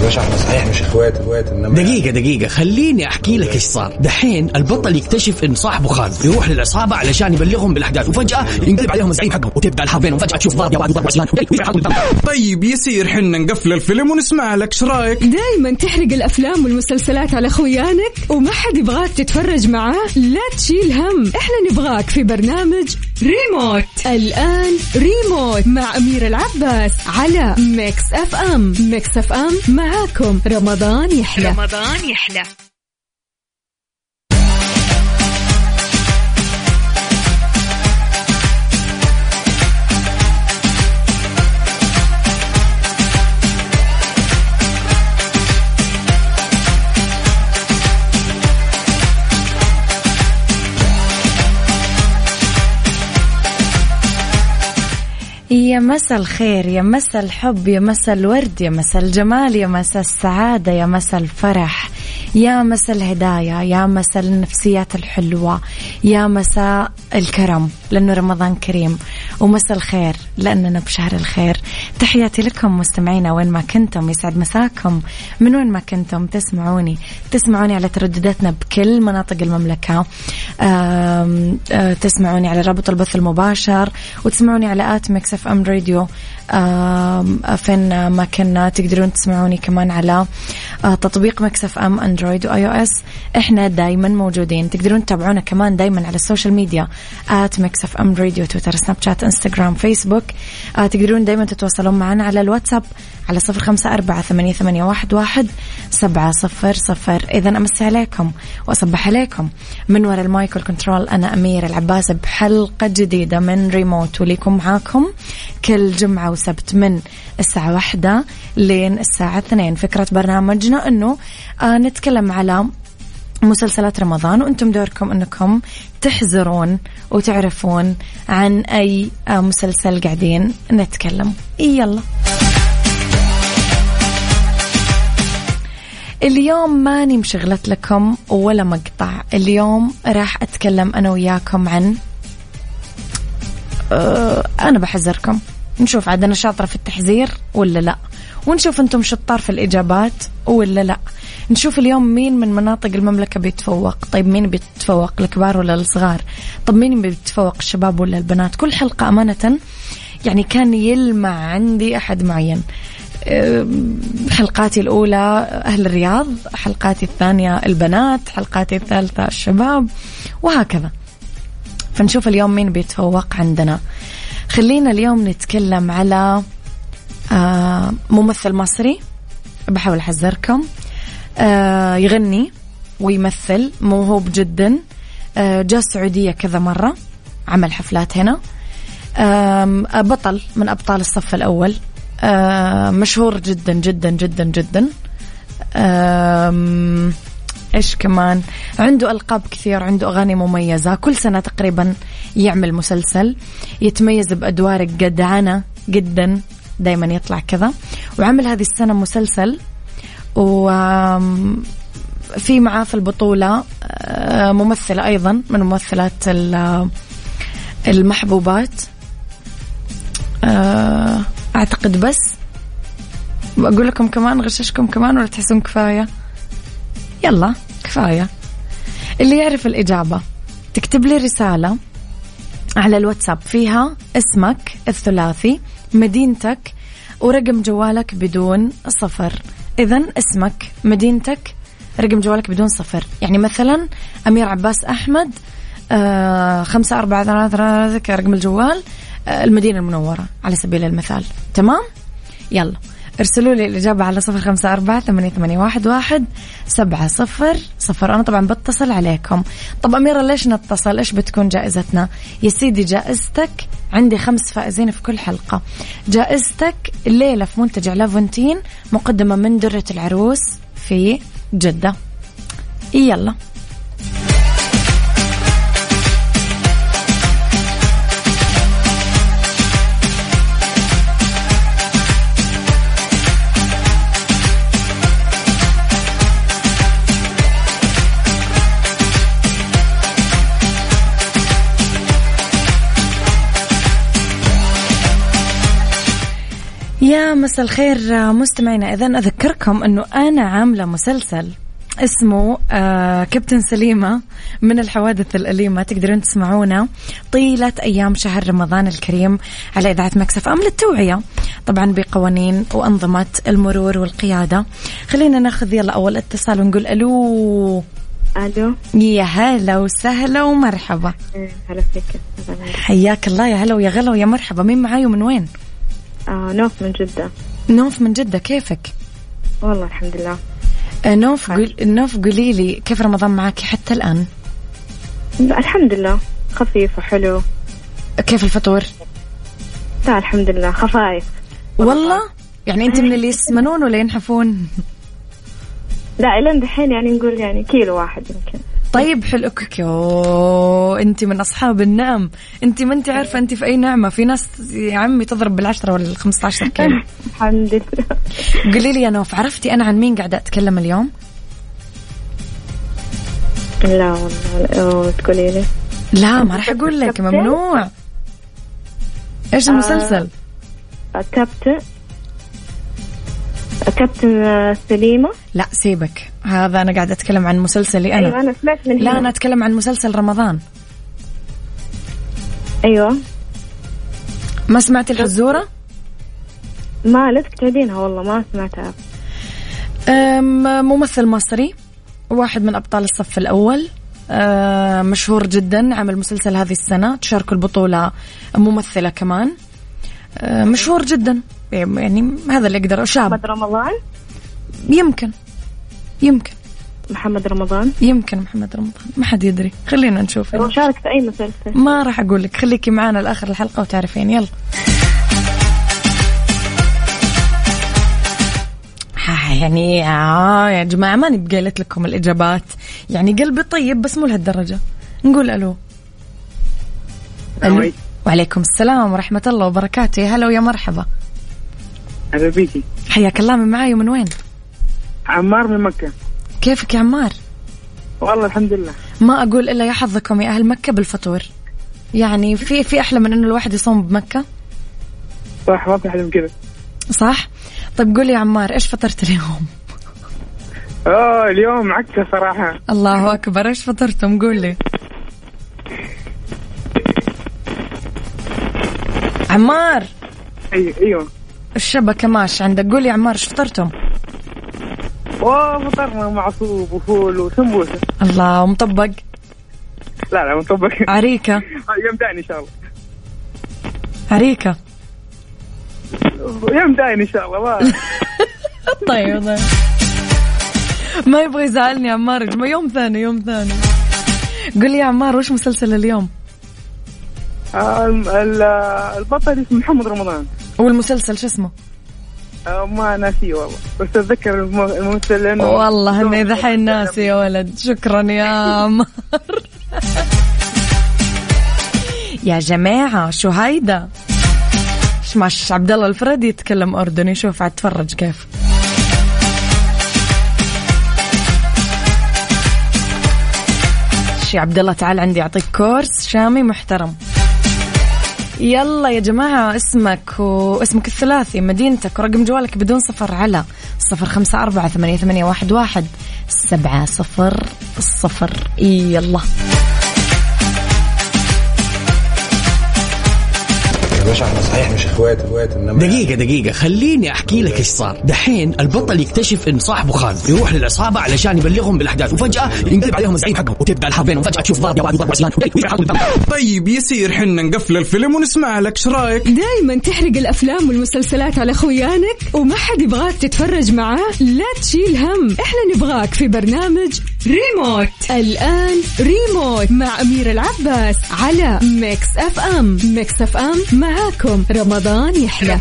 باشا احنا صحيح مش اخوات انما دقيقة خليني احكي لك ايش صار. دحين البطل يكتشف ان صاحبه خان، يروح للعصابة علشان يبلغهم بالاحداث، وفجأة ينقلب عليهم الزعيم حقهم وتبدأ الحرب بينهم. فجأة تشوف ضرب يا واد وضرب عسلان. طيب يصير حنا نقفل الفيلم ونسمع لك، ايش رايك؟ دايما تحرق الافلام والمسلسلات على خويانك وما حد يبغاك تتفرج معاه؟ لا تشيل هم، احنا نبغاك في برنامج ريموت. الآن ريموت مع أميرة العباس على ميكس اف ام. ميكس اف ام معاكم رمضان يحلى. رمضان يحلى. يا مسا الخير، يا مسا الحب، يا مسا الورد، يا مسا الجمال، يا مسا السعادة، يا مسا الفرح، يا مسا الهدايا، يا مسا النفسيات الحلوة، يا مسا الكرم لأنه رمضان كريم، ومسا الخير لأننا بشهر الخير. تحياتي لكم مستمعينا وين ما كنتم، يسعد مساكم من وين ما كنتم تسمعوني على تردداتنا بكل مناطق المملكة. تسمعوني على رابط البث المباشر، وتسمعوني على ميكس اف ام راديو فين ما كنا. تقدرون تسمعوني كمان على تطبيق ميكس اف ام اندرويد واي او اس، احنا دايما موجودين. تقدرون تتابعونا كمان دايما على السوشيال ميديا ميكس اف ام راديو، تويتر، سناب شات، انستغرام، فيسبوك. تقدرون دايما تتواصلون معنا على الواتساب على 0548811700. إذا أمسي عليكم وأصبح عليكم من وراء المايك والكنترول، أنا أميرة العباس بحلقة جديدة من ريموت، وليكم معاكم كل جمعة وسبت من الساعة 1 لين الساعة 2. فكرة برنامجنا أنه نتكلم على مسلسلات رمضان، وأنتم دوركم أنكم تحزرون وتعرفون عن أي مسلسل قاعدين نتكلم. يلا اليوم ماني مشغلت لكم ولا مقطع. اليوم راح أتكلم أنا وياكم عن أنا بحذركم، نشوف عاد أنا شاطرة في التحذير ولا لا، ونشوف أنتم شطار في الإجابات ولا لا. نشوف اليوم مين من مناطق المملكة بيتفوق. طيب مين بيتفوق، الكبار ولا الصغار؟ طب مين بيتفوق، الشباب ولا البنات؟ كل حلقة أمانة يعني كان يلمع عندي أحد معين. حلقاتي الأولى أهل الرياض، حلقاتي الثانية البنات، حلقاتي الثالثة الشباب، وهكذا. فنشوف اليوم مين بيتفوق عندنا. خلينا اليوم نتكلم على ممثل مصري، بحاول أحذركم، يغني ويمثل، موهوب جدا، جاء السعودية كذا مرة، عمل حفلات هنا، بطل من أبطال الصف الأول، مشهور جدا جدا جدا جدا. إيش كمان، عنده ألقاب كثير، عنده أغاني مميزة، كل سنة تقريبا يعمل مسلسل، يتميز بأدوار جدعانة جدا، دايما يطلع كذا. وعمل هذه السنة مسلسل، وفي معاه في البطولة ممثلة أيضا من ممثلات المحبوبات، أعتقد. بس بقول لكم كمان، غششكم كمان ولا تحسون كفاية؟ يلا كفاية. اللي يعرف الإجابة تكتب لي رسالة على الواتساب فيها اسمك الثلاثي، مدينتك، ورقم جوالك بدون صفر. إذن اسمك، مدينتك، رقم جوالك بدون صفر. يعني مثلا أمير عباس أحمد 5433 رقم الجوال، المدينة المنورة على سبيل المثال. تمام؟ يلا ارسلوا لي الإجابة على 0548811700. أنا طبعا بتصل عليكم. طب أميرة ليش نتصل؟ إيش بتكون جائزتنا؟ يا سيدي جائزتك عندي 5 فائزين في كل حلقة. جائزتك الليلة في منتجع لافونتين مقدمة من درة العروس في جدة. يلا مساء الخير مستمعينا. إذن أذكركم أنه أنا عاملة مسلسل اسمه كابتن سليمة من الحوادث الأليمة، تقدرون تسمعونا طيلة أيام شهر رمضان الكريم على إذاعة مكس اف ام للتوعية طبعا بقوانين وأنظمة المرور والقيادة. خلينا ناخذ يلا أول اتصال ونقول ألو. ألو، يا هلا وسهلا ومرحبا. هلا فيك. حياك الله. يا هلا ويا غلا ويا مرحبا. مين معاي ومن وين؟ نوف من جدة. نوف من جدة، كيفك؟ والله الحمد لله. نوف قولي لي كيف رمضان معك حتى الآن؟ الحمد لله خفيف وحلو. كيف الفطور؟ لا الحمد لله خفايف والله. يعني أنت من اللي يسمنون ولا ينحفون؟ لا إلى دحين يعني نقول يعني كيلو واحد يمكن. طيب حلو. أنت من أصحاب النعم. أنت ما أنت عارفة أنت في أي نعمة. في ناس يا عمي تضرب بال10 ولا 15 كيلو. الحمد لله. قولي لي يا نوف، عرفتي أنا عن مين قاعدة أتكلم اليوم؟ لا والله تقولي لي. لا ما راح أقول لك، ممنوع. إيش المسلسل؟ كابتن سليمة. لا سيبك، هذا أنا قاعدة أتكلم عن مسلسلي أنا. أيوة أنا سمعت من هنا. لا أنا أتكلم عن مسلسل رمضان. أيوة. ما سمعت الحزورة؟ ما لسه تعيدينها والله ما سمعتها. ممثل مصري، واحد من أبطال الصف الأول، مشهور جدا، عمل مسلسل هذه السنة، تشارك البطولة ممثلة كمان، مشهور جدا. يعني هذا اللي أقدر. شاب. محمد رمضان. يمكن محمد رمضان. يمكن محمد رمضان، ما حد يدري. خلينا نشوف. هو شارك في أي مسلسل؟ ما راح أقول لك، خليكي معانا لآخر الحلقة وتعرفين. يلا. يعني يا جماعة ما نبقى قلت لكم الإجابات، يعني قلبي طيب بس مو لهالدرجة. نقول ألو. ألو. وعليكم السلام ورحمة الله وبركاته. يا هلا ويا مرحبا. هلا بيكي. حياك الله. من معاي ومن وين؟ عمار من مكة. كيفك يا عمار؟ والله الحمد لله. ما أقول إلا يا حظكم يا أهل مكة بالفطور. يعني في أحلى من إنه الواحد يصوم بمكة. صح، ما في أحلى من كذا. صح. طيب قول لي يا عمار، إيش فطرت اليوم؟ اليوم عكسة صراحة. الله أكبر. إيش فطرتم؟ قول لي عمار. أيوة الشبكة ماشي عندك. قول لي عمار، إيش فطرتم؟ فطرنا معصوب وفول وسمبوسة. الله. ومطبق؟ لا مطبق. عريكة. يوم ثاني إن شاء الله. عريكة يوم ثاني إن شاء الله. طيب ما يبغى يزعلني عمار. يوم ثاني. قل لي يا عمار، وش مسلسل اليوم؟ البطل اسمه محمد رمضان. والمسلسل شو اسمه؟ ما ناسي والله، بس أتذكر الممثل لأنه والله إني ذحين ناسي يا ولد. شكرا يا عمار. يا جماعة شو هيدا؟ مش عبد الله الفريدي يتكلم أردني. شوف عتفرج كيف. شي عبد الله تعال عندي أعطيك كورس شامي محترم. يلا يا جماعة، اسمك واسمك الثلاثي، مدينتك ورقم جوالك بدون صفر على 0548811700. يلا احنا صحيح مش اخوات انما دقيقة خليني احكي لك ايش صار. دحين البطل يكتشف ان صاحبه خان، يروح للعصابة علشان يبلغهم بالاحداث، وفجأة ينقلب عليهم الزعيم حقهم وتبدا الحرب بينهم. فجأة تشوف ضرب وضرب عصيان. طيب يصير حنا نقفل الفيلم ونسمع لك. ايش رايك؟ دايما تحرق الافلام والمسلسلات على خويانك وما حد يبغاك تتفرج معاه؟ لا تشيل هم، احنا نبغاك في برنامج ريموت. الآن ريموت مع أميرة العباس على ميكس اف ام. ميكس اف ام معاكم رمضان يحلى.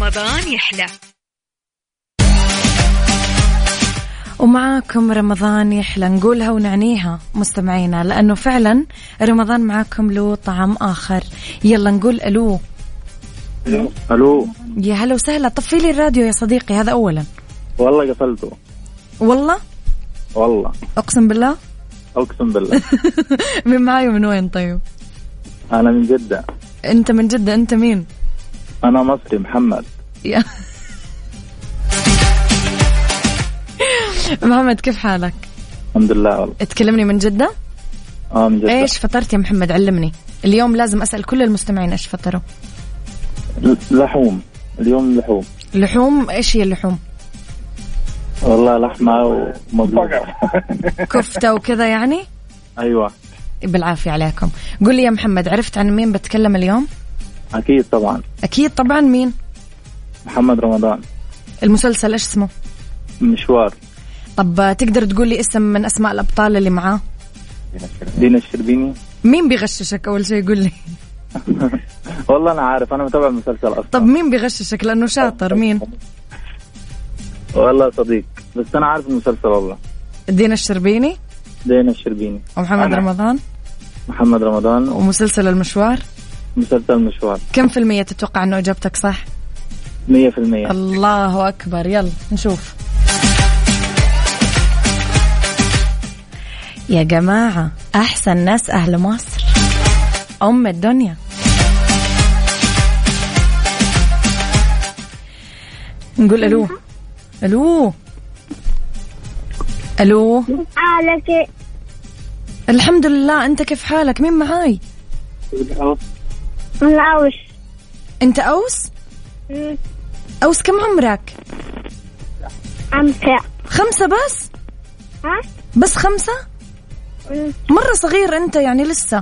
ومعاكم رمضان يحلى، نقولها ونعنيها مستمعينا، لأنه فعلا رمضان معاكم له طعم آخر. يلا نقول ألو. ألو. يا هلا وسهلا. طفي لي الراديو يا صديقي، هذا أولا. والله قفلته. والله أقسم بالله. من معاي ومن وين؟ طيب أنا من جدة. أنت من جدة. أنت مين؟ أنا مصري محمد. محمد كيف حالك؟ الحمد لله والله. تكلمني من جدة؟ من جدة. ايش فطرت يا محمد؟ علمني اليوم، لازم اسأل كل المستمعين ايش فطروا. لحوم اليوم. لحوم ايش هي اللحوم؟ والله لحمة ومضغوطة. كفتة وكذا يعني. ايوه بالعافية عليكم. قل لي يا محمد، عرفت عن مين بتكلم اليوم؟ اكيد طبعا. اكيد طبعا. مين؟ محمد رمضان. المسلسل ايش اسمه؟ مشوار. طب تقدر تقول لي اسم من اسماء الابطال اللي معاه؟ دينا الشربيني. مين بيغششك اول شيء قل لي؟ والله انا عارف، انا متابع المسلسل اصلا. طب مين بيغششك لانه شاطر؟ مين؟ والله صديق، بس انا عارف المسلسل والله. دينا الشربيني. دينا الشربيني. ومحمد رمضان. محمد رمضان. ومسلسل المشوار. مسلسل المشوار. كم في المية تتوقع انه اجابتك صح؟ 100%. الله اكبر. يلا نشوف يا جماعة. احسن ناس اهل مصر، ام الدنيا. نقول الو. الو الو. حالك؟ الحمد لله، انت كيف حالك؟ مين معاي؟ من أوس. انت اوس؟ اوس كم عمرك؟ 5 بس؟ ها؟ بس 5؟ مرة صغير انت يعني لسه.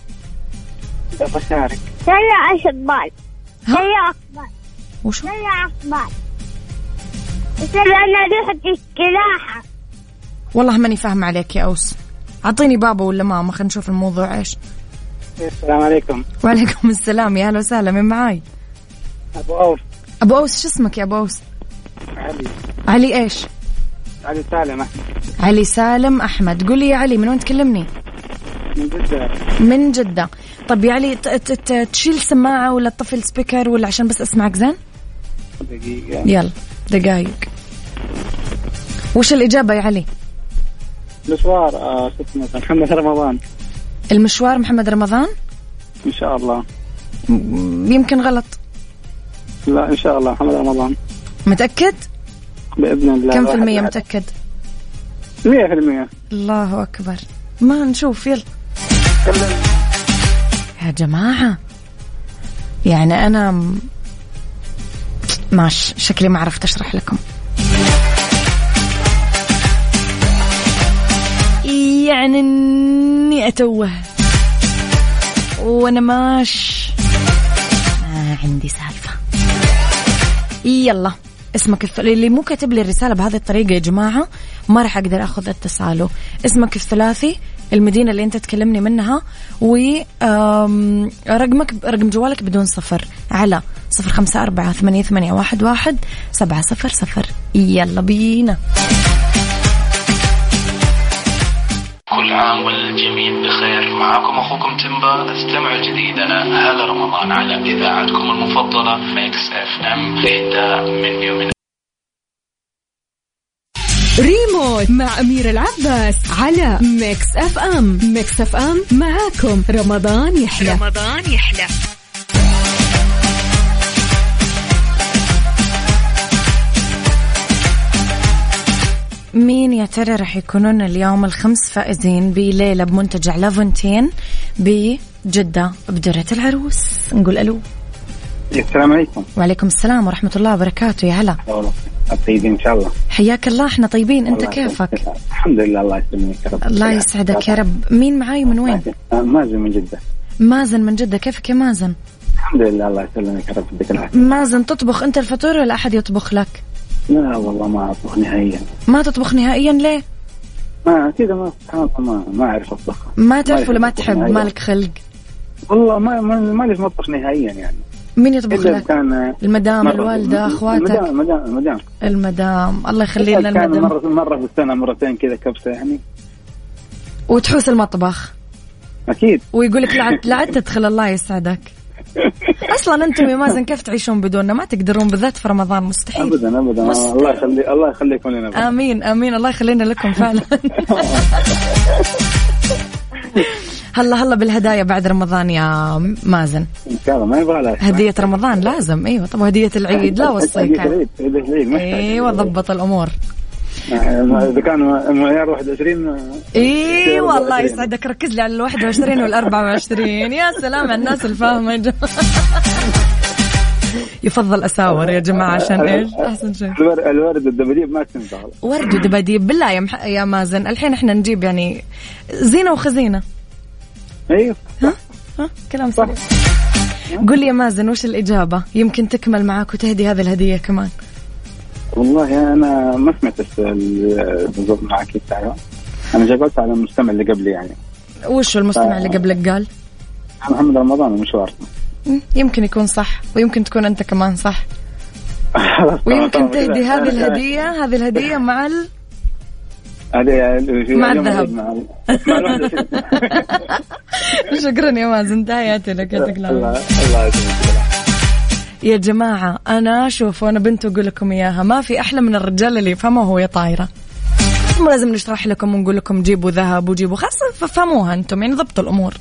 سيا أشبال. سيا أكبر. وشو؟ سيا أكبر. أنا ريحة السلاحة. والله ماني فاهم عليك يا أوس. أعطيني بابا ولا ماما، خلينا نشوف الموضوع إيش. السلام عليكم. وعليكم السلام. يا هلا وسهلا. من معاي؟ أبو أوس. أبو أوس شو اسمك يا أبو أوس؟ علي. علي إيش؟ علي سالم أحمد. علي سالم أحمد. قولي يا علي، من وين تكلمني؟ من جدة. من جدة. طب يا علي تشيل سماعة ولا تطفي سبيكر ولا عشان بس أسمعك زين؟ دقيقة. يلا دقايق. وش الإجابة يا علي؟ مشوار محمد رمضان. المشوار محمد رمضان؟ إن شاء الله. يمكن غلط. لا إن شاء الله محمد رمضان. متأكد؟ بإذن الله. كم في المية متأكد؟ 100%. الله أكبر. ما نشوف. يلا يا جماعة، يعني أنا ماش شكلي ما عرفت أشرح لكم. يعني إني أتوه وأنا ماش عندي سالفة. يلا اسمك اللي مو كاتب لي الرسالة بهذه الطريقة يا جماعة ما راح أقدر أخذ اتصاله. اسمك الثلاثي، المدينة اللي أنت تكلمني منها، ورقمك رقم جوالك بدون صفر على 0548811700. يلا بينا. كل عام والجميع بخير. معكم أخوكم تيمبا. استمعوا جديدنا هلا رمضان على إذاعتكم المفضلة ميكس FM. إهداء مني ومن ريموت مع أمير العباس على ميكس FM. ميكس FM معاكم رمضان يحلى. رمضان يحلى. مين يا ترى رح يكونون اليوم ال5 فائزين بليلة بمنتجع لافونتين بجدة بدرة العروس؟ نقول ألو. السلام عليكم. وعليكم السلام ورحمة الله وبركاته. يا هلا. طيبين إن شاء الله. حياك الله. احنا طيبين. انت كيفك؟ الحمد لله. الله يسلمك يا رب. الله يسعدك يا رب. مين معاي من وين؟ مازن من جدة. مازن من جدة. كيفك يا مازن؟ الحمد لله. الله يسلمك يا رب. بدك العافية. مازن تطبخ انت الفطور ولا احد يطبخ لك؟ لا والله ما أطبخ نهائيا. ما تطبخ نهائيا؟ ليه؟ ما كذا، ما أعرف أطبخ. ما تعرف ولا ما تحب؟ مالك خلق؟ والله ما ليش مطبخ نهائيا يعني. مين يطبخ لك؟ المدام، الوالدة، أخواتك؟ المدام. الله يخلي لنا المدام. مرة في السنة مرتين كذا كبسة يعني. وتحوس المطبخ أكيد. ويقولك لا تدخل. الله يسعدك. أصلا أنتم يا مازن كيف تعيشون بدوننا؟ ما تقدرون، بالذات في رمضان مستحيل. أبدا. الله يخليكم لنا. آمين آمين. الله يخلينا لكم فعلا. هلا بالهدايا بعد رمضان يا مازن. إن شاء الله. ما يبغى هدية رمضان لازم. أيوة. طب هدية العيد لا وصيك. العيد. أيوة ضبط الأمور. إذا كان معيار 21 إيه والله يسعدك، ركز لي على 21 وال24. يا سلام على الناس الفاهمة. يفضل أساور يا جماعة عشان إيش أحسن شيء. الورد والدباديب ما تنفع. ورد ودباديب بالله يا مازن، الحين إحنا نجيب يعني زينة وخزينة. أيوه ها كلام صح. قل لي يا مازن وش الإجابة، يمكن تكمل معاك وتهدي هذه الهدية كمان. والله أنا ما سمعت بالضبط معك التعيين، أنا جاوبت على المستمع اللي قبلي يعني. وش المستمع اللي قبلك قال؟ محمد رمضان ومشوار. يمكن يكون صح، ويمكن تكون أنت كمان صح. ويمكن تهدي هذه الهدية مع مع الذهب. شكرا يا مازن، تحياتي لك. يعطيك العافية يا جماعة. أنا شوف وأنا بنت أقول لكم إياها، ما في أحلى من الرجال اللي يفهمه هو يا طايرة. مو لازم نشرح لكم ونقول لكم جيبوا ذهب وجيبوا، خاصة فهموها أنتم يعني، ضبطوا الأمور.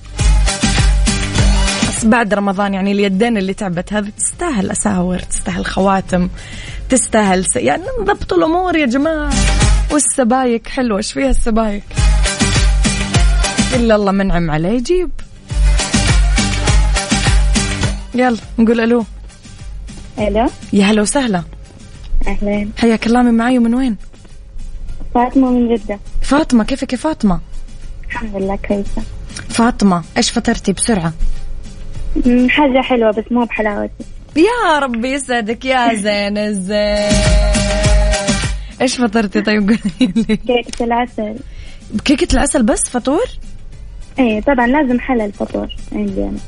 بس بعد رمضان يعني اليدين اللي تعبت هذه تستاهل أساور، تستاهل خواتم، تستاهل يعني ضبطوا الأمور يا جماعة. والسبايك حلوة، إيش فيها السبايك إلا الله منعم عليه يجيب. يلا نقول ألو. ألو يا هلا وسهلا. أهلين، حياك الله. من معاي ومن وين؟ فاطمة من جدة. فاطمة كيفك يا فاطمة؟ الحمد لله كويسة. فاطمة إيش فطرتي بسرعة؟ حاجة حلوة بس مو بحلاوتي. يا ربي يسعدك يا زين الزين. إيش فطرتي طيب قولي لي؟ كيكة العسل. كيكة العسل بس فطور؟ إيه طبعا لازم حلا الفطور عندي أنا.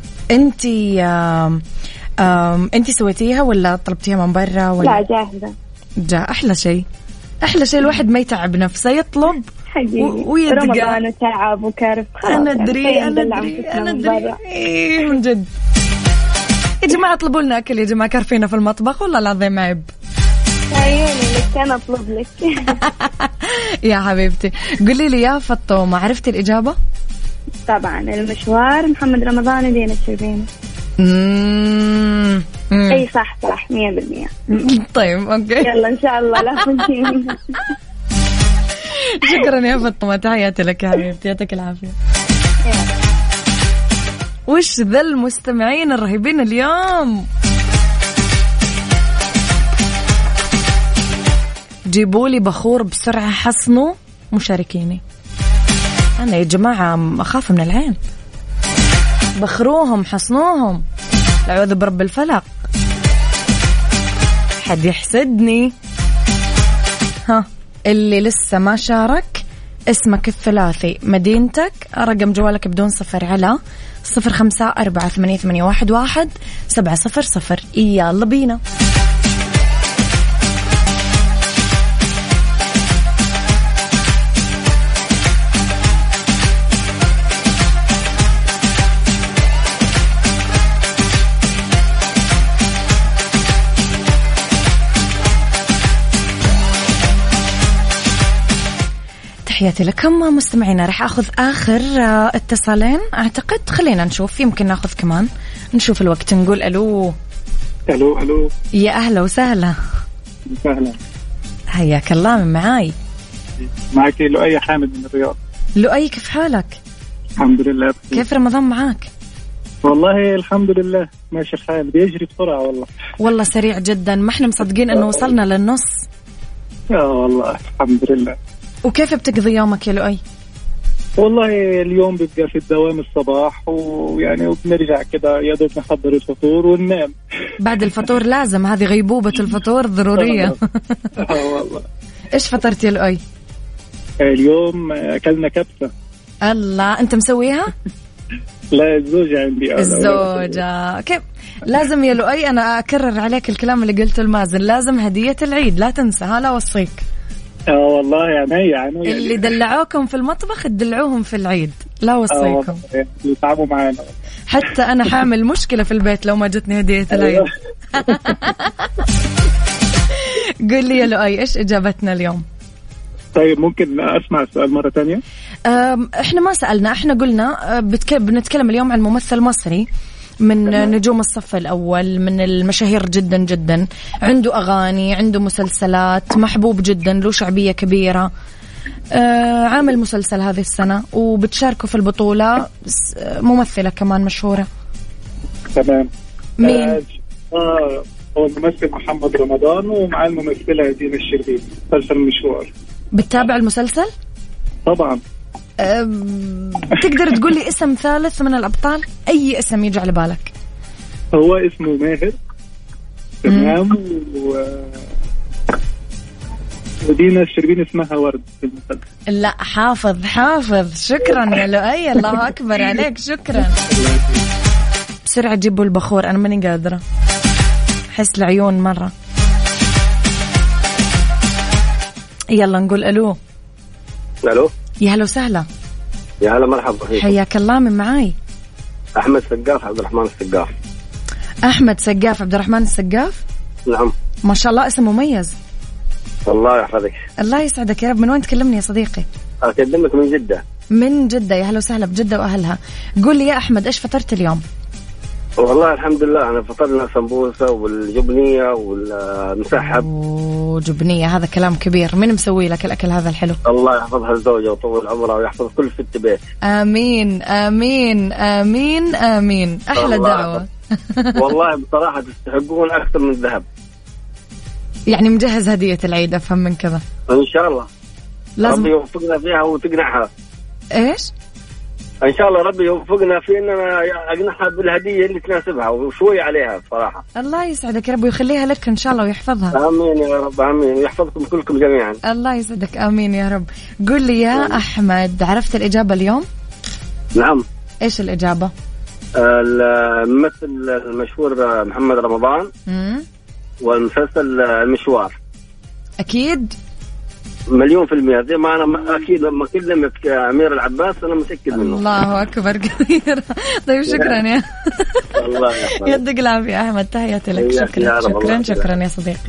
أنتي سويتيها ولا طلبتيها من برا ولا؟ لا جاهزة. أحلى شيء، أحلى شيء الواحد ما يتعب نفسه، يطلب ويدقى. رمضان وتعب وكرف. أنا أدري إيه من جد. يا جماعة اطلبوا لنا أكل يا جماعة، كارفينا في المطبخ والله العظيم عيب. عيوني لك أنا أطلب لك. يا حبيبتي قولي لي يا فطومة، عرفتي الإجابة؟ طبعا المشوار محمد رمضان ودينا الشربيني. أي صح 100%. طيب أوكي يلا إن شاء الله لا تنسين. شكرا يا فطومة، تحياتي لك يا حبيبتي، يعطيك العافية. وش ذا المستمعين الرهيبين اليوم. جيبوا لي بخور بسرعة، حصنوا مشاركيني. أنا يا جماعة أخاف من العين. بخروهم حصنوهم، أعوذ برب الفلق، حد يحسدني. ها اللي لسه ما شارك، اسمك الثلاثي، مدينتك، رقم جوالك بدون صفر على 0548811700. يلا بينا. تحياتي لكم مستمعينا. رح أخذ آخر اتصالين أعتقد، خلينا نشوف يمكن نأخذ كمان، نشوف الوقت. نقول ألو. ألو يا أهلا وسهلا. حياك الله. من معاي؟ معك لؤي حامد من الرياض. لؤي كيف حالك؟ الحمد لله بخير. كيف رمضان معاك؟ والله الحمد لله ماشي الحال، بيجري بسرعة والله سريع جدا، ما احنا مصدقين انه وصلنا للنص. والله الحمد لله. وكيف بتقضي يومك يا لؤي؟ والله اليوم بيبقى في الدوام الصباح، ويعني وبنرجع كده يا دوب نحضر الفطور وننام. بعد الفطور لازم، هذه غيبوبة الفطور ضرورية. والله. ايش فطرت يا لؤي؟ اليوم أكلنا كبسة. الله، أنت مسويها؟ لا الزوجة عندي. الزوجة كيف؟ لازم يا لؤي أنا أكرر عليك الكلام اللي قلته المازن، لازم هدية العيد لا تنسى، ها لا وصيك. والله يعني اللي دلعوكم في المطبخ تدلعوهم في العيد، لا وصيكم. يتعبوا معانا. حتى أنا حامل مشكلة في البيت لو ما جتني هدية العيد. قل لي يا لؤي إيش إجابتنا اليوم؟ طيب ممكن أسمع السؤال مرة تانية؟ إحنا ما سألنا، إحنا قلنا بنتكلم اليوم عن ممثل مصري من نجوم الصف الأول، من المشاهير جدا جدا، عنده أغاني، عنده مسلسلات، محبوب جدا، له شعبية كبيرة. عامل مسلسل هذه السنة وبتشاركه في البطولة ممثلة كمان مشهورة. تمام. مين؟ هو الممثل محمد رمضان ومع الممثلة دينا الشربيني. مسلسل مشوار. بتتابع المسلسل؟ طبعا. تقدر تقول لي اسم ثالث من الأبطال؟ أي اسم يجي على بالك؟ هو اسمه ماهر. تمام. ودينا الشربيني اسمها ورد في المسلسل. لا حافظ. شكرا يا لؤي، الله أكبر عليك، شكرا. بسرعة جيبوا البخور، أنا ماني قادرة، حس العيون مرة. يلا نقول ألو. ألو. يا هلا وسهلا. يا هلا مرحبا فيك. حياك الله، من معاي؟ أحمد سقاف عبد الرحمن السقاف. أحمد سقاف عبد الرحمن السقاف. نعم. ما شاء الله، اسم مميز. الله يحفظك. الله يسعدك يا رب. من وين تكلمني يا صديقي؟ أكلمك من جدة. من جدة، يا هلا وسهلا بجدة وأهلها. قول لي يا أحمد، إيش فطرت اليوم؟ والله الحمد لله أنا فطرنا سمبوسة والجبنية والمسحب. وجبنية، هذا كلام كبير. مين مسوي لك الأكل هذا الحلو؟ الله يحفظها الزوجة وطول عمرها ويحفظ كل ست بيت. آمين آمين آمين آمين. أحلى دعوة. والله بصراحة تستحقون أكثر من الذهب. يعني مجهز هدية العيد أفهم من كذا؟ إن شاء الله. لازم ربي يوفقنا فيها وتقنعها. إيش؟ إن شاء الله ربي يوفقنا في إننا أقنعها بالهدية اللي تناسبها وشوي عليها بصراحة. الله يسعدك يا رب ويخليها لك إن شاء الله ويحفظها. آمين يا رب، آمين، ويحفظكم كلكم جميعا. الله يسعدك، آمين يا رب. قل لي يا أحمد، عرفت الإجابة اليوم؟ نعم. إيش الإجابة؟ الممثل المشهور محمد رمضان. والمسلسل المشوار. أكيد 1,000,000%. زي ما أنا أكيد لما كلمك أمير العباس أنا متأكد منه. الله أكبر كثير. طيب شكرا يا الله يحفظك. يدك العافية أحمد، تحياتي لك. شكرا يا صديقي.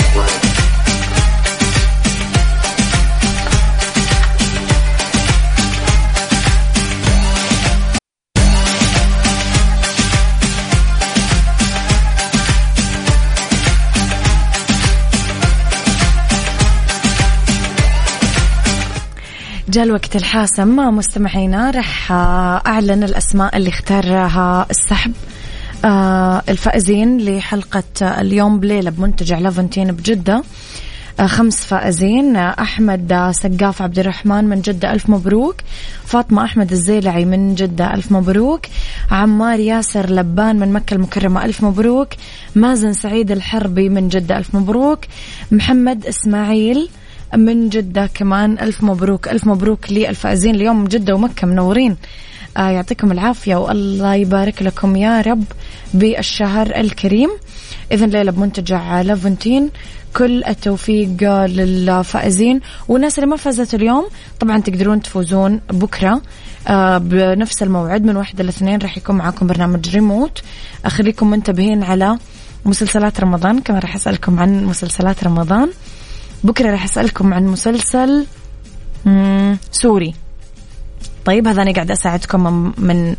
جاء الوقت الحاسم مستمعينا، رح أعلن الأسماء اللي اختارها السحب الفائزين لحلقة اليوم بليلة بمنتجع لافنتين بجدة. 5 فائزين: أحمد سقاف عبد الرحمن من جدة، ألف مبروك. فاطمة أحمد الزيلعي من جدة، ألف مبروك. عمار ياسر لبان من مكة المكرمة، ألف مبروك. مازن سعيد الحربي من جدة، ألف مبروك. محمد إسماعيل من جدة كمان، ألف مبروك. ألف مبروك للفائزين اليوم من جدة ومكة، منورين. يعطيكم العافية والله يبارك لكم يا رب بالشهر الكريم. إذن ليلة بمنتجع لافنتين، كل التوفيق للفائزين. والناس اللي ما فازت اليوم طبعا تقدرون تفوزون بكرة بنفس الموعد من 1 إلى 2. رح يكون معكم برنامج ريموت. أخليكم منتبهين على مسلسلات رمضان، كمان رح أسألكم عن مسلسلات رمضان. بكرة رح أسألكم عن مسلسل سوري. طيب هذا أنا قاعد أساعدكم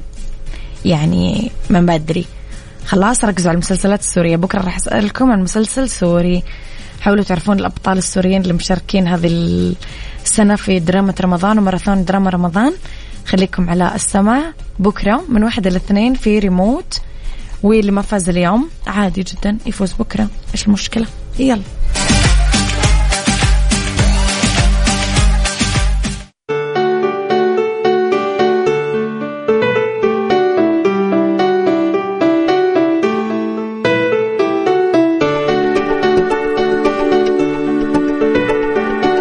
من بدري. خلاص ركزوا على المسلسلات السورية. بكرة رح أسألكم عن مسلسل سوري. حاولوا تعرفون الأبطال السوريين اللي مشاركين هذه السنة في دراما رمضان وماراثون دراما رمضان. خليكم على السمع بكرة من 1 إلى 2 في ريموت. واللي ما فاز اليوم عادي جدا يفوز بكرة، إيش المشكلة؟ يلا.